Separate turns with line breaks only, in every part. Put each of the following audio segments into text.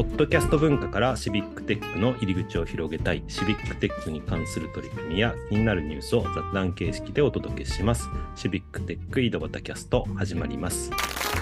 ポッドキャスト文化からシビックテックの入り口を広げたい、シビックテックに関する取り組みや気になるニュースを雑談形式でお届けします。シビックテック井戸端キャスト始まります。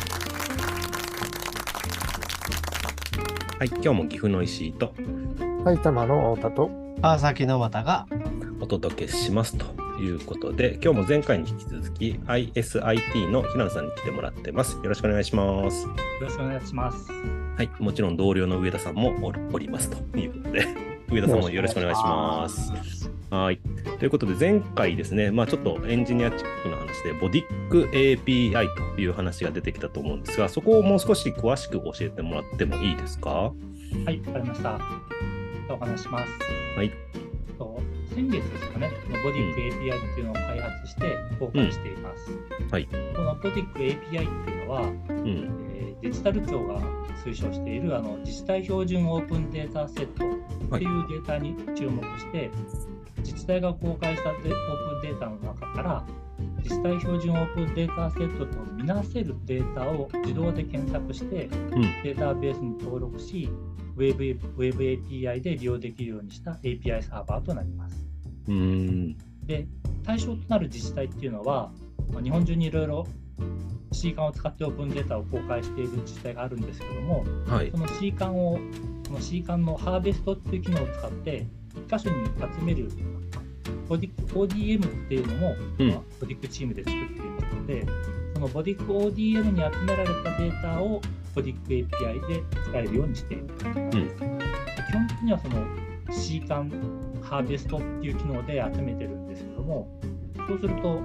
はい、今日も岐阜の石井と
埼玉の太田と
川崎の又が
お届けしますということで、今日も前回に引き続き ISIT の平野さんに来てもらってます。よろしくお願いします。
よろしくお願いします。
はい、もちろん同僚の上田さんもおりますということで、上田さんもよろしくお願いします。はい、ということで前回ですね、ちょっとエンジニアチックな話でボディック API という話が出てきたと思うんですが、そこをもう少し詳しく教えてもらってもいいですか？
はい、わかりました。お話します。
はい。
先月ですかね、ボディック API っていうのを開発して公開しています。
はい。
このボディック API っていうのは、デジタル庁が推奨している自治体標準オープンデータセットっていうデータに注目して、自治体が公開したオープンデータの中から自治体標準オープンデータセットとみなせるデータを自動で検索して、データベースに登録し、Web API で利用できるようにした API サーバーとなります。で、対象となる自治体っていうのは、日本中にいろいろ C 管を使ってオープンデータを公開している自治体があるんですけども、
はい、
その C 管のハーベストっていう機能を使って1箇所に集めるボディック ODM っていうのも、ボディックチームで作っていますので、そのボディック ODM に集められたデータをボディック API で使えるようにしている。基本的にはその C 管ハーベストっていう機能で集めてるんですけども、そうすると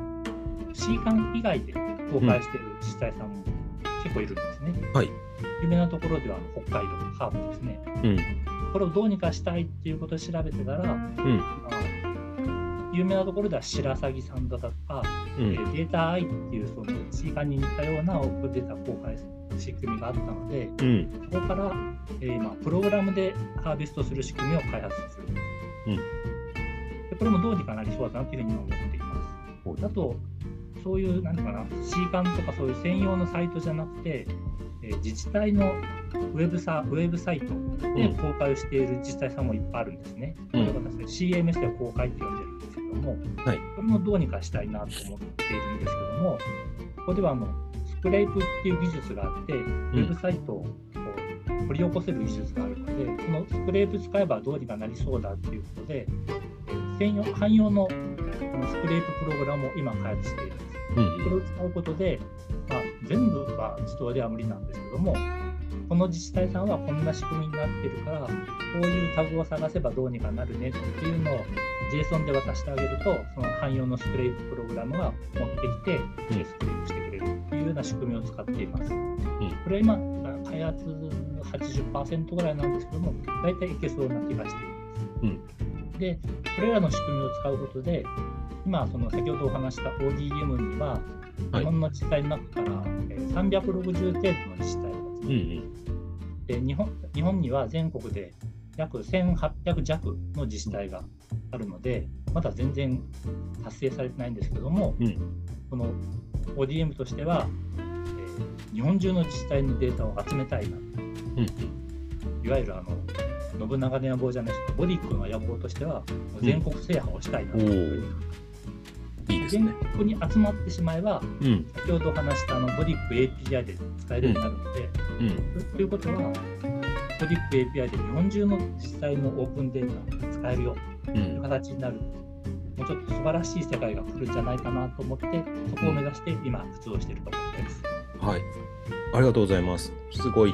C 管以外で公開している自治体さんも結構いるんですね。
はい、
有名なところでは北海道ハーブですね。これをどうにかしたいっていうことを調べてたら、有名なところでは白鷺さんだとか、データアイっていうその C 管に似たようなオープンデータ公開する仕組みがあったので、そこから、今プログラムでハーベストする仕組みを開発するんです。でこれもどうにかなりそうだなというふうに思っています。あとそういうC 管とかそういう専用のサイトじゃなくて、自治体のウェブサイトで公開をしている自治体さんもいっぱいあるんですね。これ私 CMS では公開って呼んでるんですけども、これもどうにかしたいなと思っているんですけども、ここではスクレープっていう技術があって、ウェブサイトを掘り起こせる技術があるので、このスクレープ使えばどうにかなりそうだということで、汎用のスクレーププログラムを今開発しているんです。これを使うことで、全部は自動では無理なんですけども、この自治体さんはこんな仕組みになっているから、こういうタグを探せばどうにかなるねっていうのを JSON で渡してあげると、その汎用のスクレーププログラムが持ってきて、スクレープしてくれるというような仕組みを使っています。これは今、開発 80% ぐらいなんですけども、大体いけそうな気がしています。で、これらの仕組みを使うことで、今、先ほどお話した ODM には、日本の自治体の中から360程度の自治体が集まっていて、日本には全国で約1800弱の自治体があるので、まだ全然達成されてないんですけども、この ODM としては、日本中の自治体のデータを集めたいな、いわゆる信長の野望じゃないですか、ボディックの野望としては全国制覇をしたいなというふうに、全国に集まってしまえば、先ほど話したボディック API で使えるようになるので、ということはボディック API で日本中の自治体のオープンデータが使えるよという形になる、もうちょっと素晴らしい世界が来るんじゃないかなと思って、そこを目指して今活動しているところです。
はい、ありがとうございます。すごい、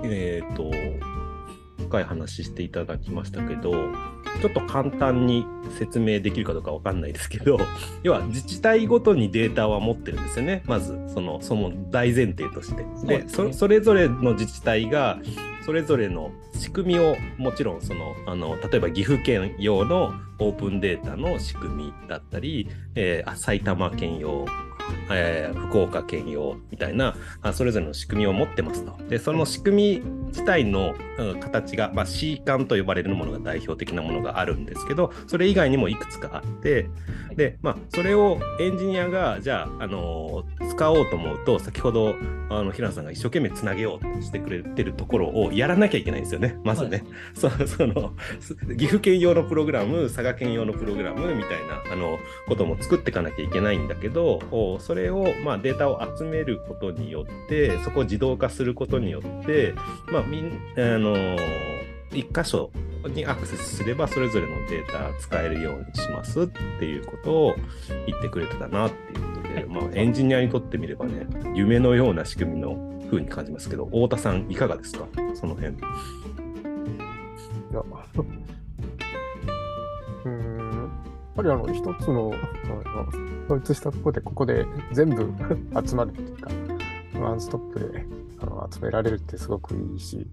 深い話していただきましたけど、ちょっと簡単に説明できるかどうかわかんないですけど、要は自治体ごとにデータは持ってるんですよね。まずその大前提として。で、それぞれの自治体がそれぞれの仕組みをもちろん例えば岐阜県用のオープンデータの仕組みだったり、埼玉県用、福岡県用みたいなそれぞれの仕組みを持ってますと。でその仕組み自体の形が、C 管と呼ばれるものが代表的なものがあるんですけど、それ以外にもいくつかあって、で、それをエンジニアがじゃあ、 使おうと思うと、先ほど平野さんが一生懸命つなげようとしてくれてるところをやらなきゃいけないんですよね、まずね。その岐阜県用のプログラム、佐賀県用のプログラムみたいなことも作っていかなきゃいけないんだけど、それを、データを集めることによって、そこを自動化することによって、一箇所にアクセスすればそれぞれのデータ使えるようにしますっていうことを言ってくれてたなっていうことで、エンジニアにとってみればね、夢のような仕組みの風に感じますけど、太田さんいかがですか、その辺。
いや、やっぱり一つの統一したところでここで全部集まるっていうか、ワンストップで集められるってすごくいいし、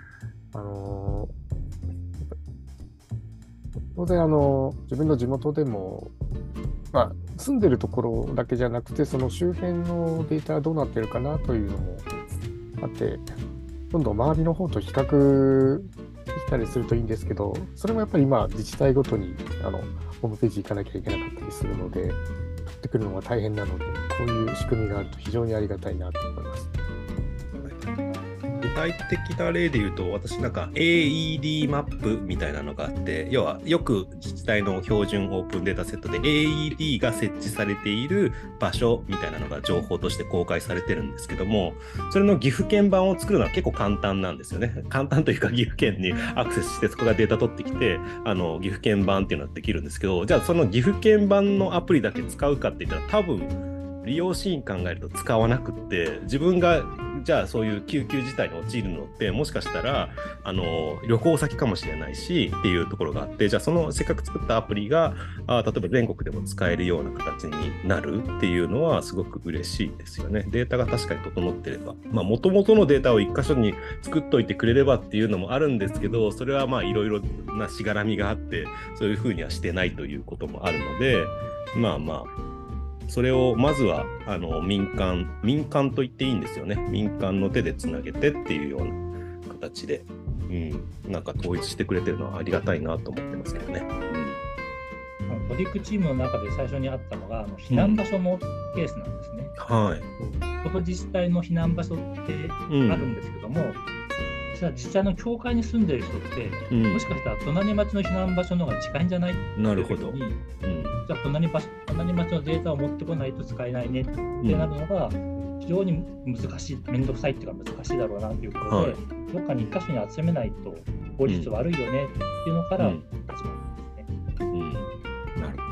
当然自分の地元でも、住んでるところだけじゃなくて、その周辺のデータはどうなってるかなというのもあって、どんどん周りの方と比較できたりするといいんですけど、それもやっぱり今自治体ごとにホームページ行かなきゃいけなかったりするので、取ってくるのが大変なので、こういう仕組みがあると非常にありがたいなと思います。
具体的な例で言うと、私なんか AED マップみたいなのがあって、要はよく自治体の標準オープンデータセットで AED が設置されている場所みたいなのが情報として公開されてるんですけども、それの岐阜県版を作るのは結構簡単なんですよね。簡単というか、岐阜県にアクセスしてそこからデータ取ってきて、岐阜県版っていうのはできるんですけど、じゃあその岐阜県版のアプリだけ使うかって言ったら、多分利用シーン考えると使わなくって、自分がじゃあそういう救急事態に陥るのってもしかしたら旅行先かもしれないしっていうところがあって、じゃあそのせっかく作ったアプリが例えば全国でも使えるような形になるっていうのはすごく嬉しいですよね。データが確かに整ってれば、元々のデータを一箇所に作っといてくれればっていうのもあるんですけど、それはいろいろなしがらみがあってそういうふうにはしてないということもあるので、それをまずは民間と言っていいんですよね。民間の手でつなげてっていうような形で、なんか統一してくれてるのはありがたいなと思ってますけどね。
トリックチームの中で最初にあったのが避難場所のケースなんですね。その自治体の避難場所ってあるんですけども、実は自治体の境界に住んでる人って、もしかしたら隣町の避難場所の方が近いんじゃないっていう時に、じゃあ隣町のデータを持ってこないと使えないねってなるのが非常に難しい、面倒くさいっていうか難しいだろうなということで、どっかに一箇所に集めないと効率悪いよねっていうのから始まるんですね。
なる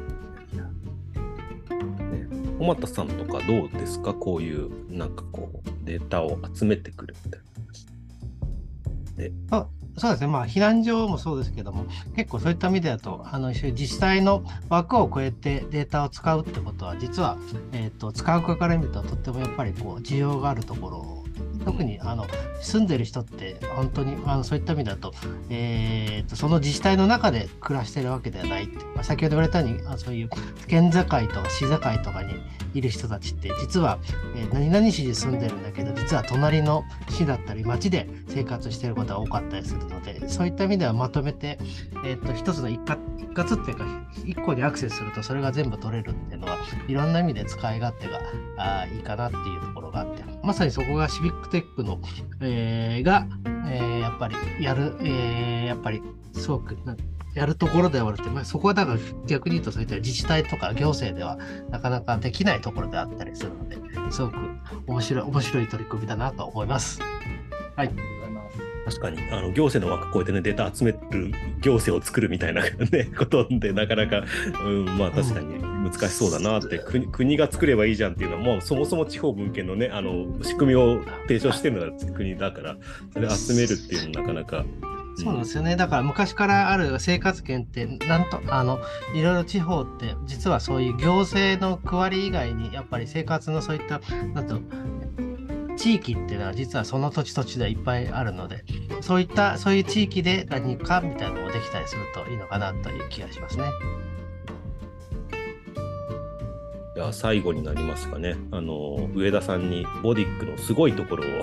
ほど。小俣さんとかどうですか、こういうなんかこうデータを集めてくるみたいな話で。
そうですね、避難所もそうですけども、結構そういった意味だと自治体の枠を超えてデータを使うってことは、実は、使う側から見るととってもやっぱり需要があるところ、特に住んでる人って本当にそういった意味だと、その自治体の中で暮らしてるわけではないって、先ほど言われたようにそういう県境とか市境とかにいる人たちって実は、何々市に住んでるんだけど、実は隣の市だったり町で生活していることが多かったりするので、そういった意味ではまとめて、一つの一括っていうか一個にアクセスするとそれが全部取れるっていうのはいろんな意味で使い勝手がいいかなっていうところがあって、まさにそこがシビックテックの、やっぱりやっぱりすごくやるところではあるって、そこはだから逆に言うとそういった自治体とか行政ではなかなかできないところであったりするので、すごく面白い取り組みだなと思います。はい。
確かに行政の枠超えてね、データ集める行政を作るみたいな、ね、ことでなかなか、確かに難しそうだなって、国が作ればいいじゃんっていうのは、もうそもそも地方分権のね仕組みを提唱してるのが国だから、それ集めるっていうのなかなか。
そうなんですよね。だから昔からある生活圏っていろいろ地方って実はそういう行政の区割り以外にやっぱり生活のそういった地域っていうのは実はその土地ではいっぱいあるので、そういう地域で何かみたいなのもできたりするといいのかなという気がしますね。
じゃあ最後になりますかね。上田さんにボディックのすごいところを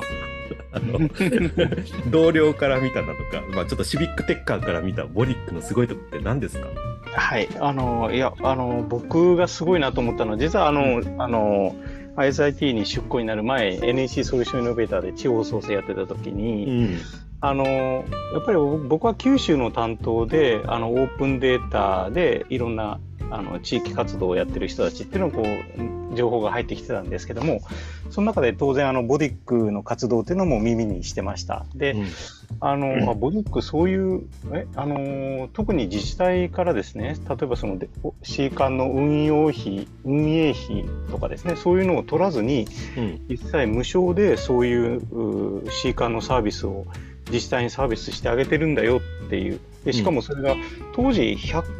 同僚から見たなとか、ちょっとシビックテッカーから見たボディックのすごいところって何ですか？
はい、僕がすごいなと思ったのは、実は ISIT に出向になる前、NEC ソリューションイノベーターで地方創生やってた時に、やっぱり僕は九州の担当でオープンデータでいろんな地域活動をやってる人たちっていうのをこう情報が入ってきてたんですけども、その中で当然ボディックの活動っていうのも耳にしてました。で、ボディックそういう特に自治体からですね、例えばそのC 館の運営費とかですね、そういうのを取らずに、実際無償でそういう C 館のサービスを自治体にサービスしてあげてるんだよっていう。でしかもそれが当時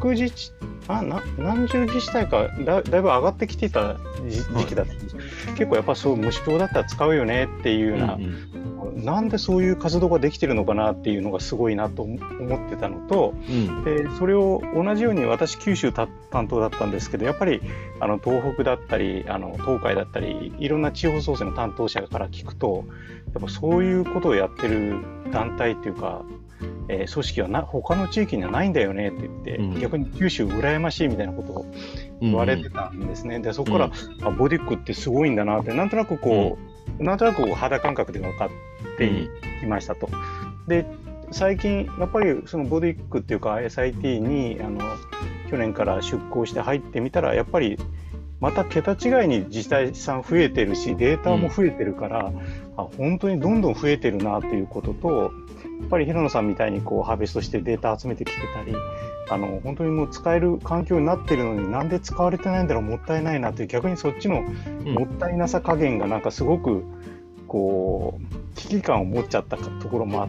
何十自治体かだいぶ上がってきていた時期だったんです。結構やっぱそう無償だったら使うよねっていうような、なんでそういう活動ができてるのかなっていうのがすごいなと思ってたのと、でそれを同じように私九州担当だったんですけど、やっぱり東北だったり東海だったりいろんな地方創生の担当者から聞くと、やっぱそういうことをやってる団体っていうか組織は他の地域にはないんだよねって言って、逆に九州羨ましいみたいなことを言われてたんですね。でそこから、ボディックってすごいんだなってなんとなく肌感覚で分かってきましたと。で最近やっぱりそのボディックっていうか SIT に去年から出向して入ってみたら、やっぱりまた桁違いに自治体さん増えてるし、データも増えてるから、本当にどんどん増えてるなっていうことと、やっぱり平野さんみたいにこうハーベストしてデータ集めてきてたり、本当にもう使える環境になってるのになんで使われてないんだろう、もったいないなっていう、逆にそっちのもったいなさ加減がなんかすごくこう危機感を持っちゃったところもあって、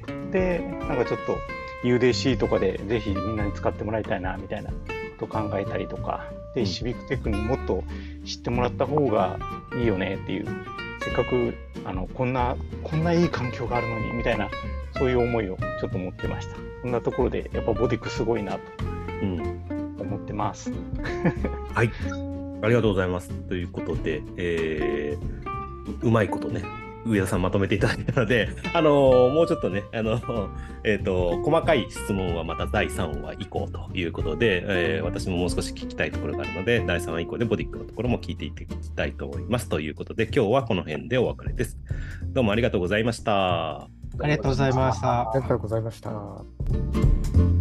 でなんかちょっと UDC とかでぜひみんなに使ってもらいたいなみたいなことを考えたりとかで、シビックテックにもっと知ってもらった方がいいよねっていう、せっかくこんないい環境があるのにみたいな、そういう思いをちょっと持ってました。そんなところでやっぱボディックすごいなと思ってます。
はい、ありがとうございます。ということで、うまいことね上田さんまとめていただいたので、もうちょっとね細かい質問はまた第3話以降ということで、私ももう少し聞きたいところがあるので、第3話以降でボディックのところも聞いていきたいと思います。ということで今日はこの辺でお別れです。どうもありがとうございました。
ありがとうございました。
ありがとうございました。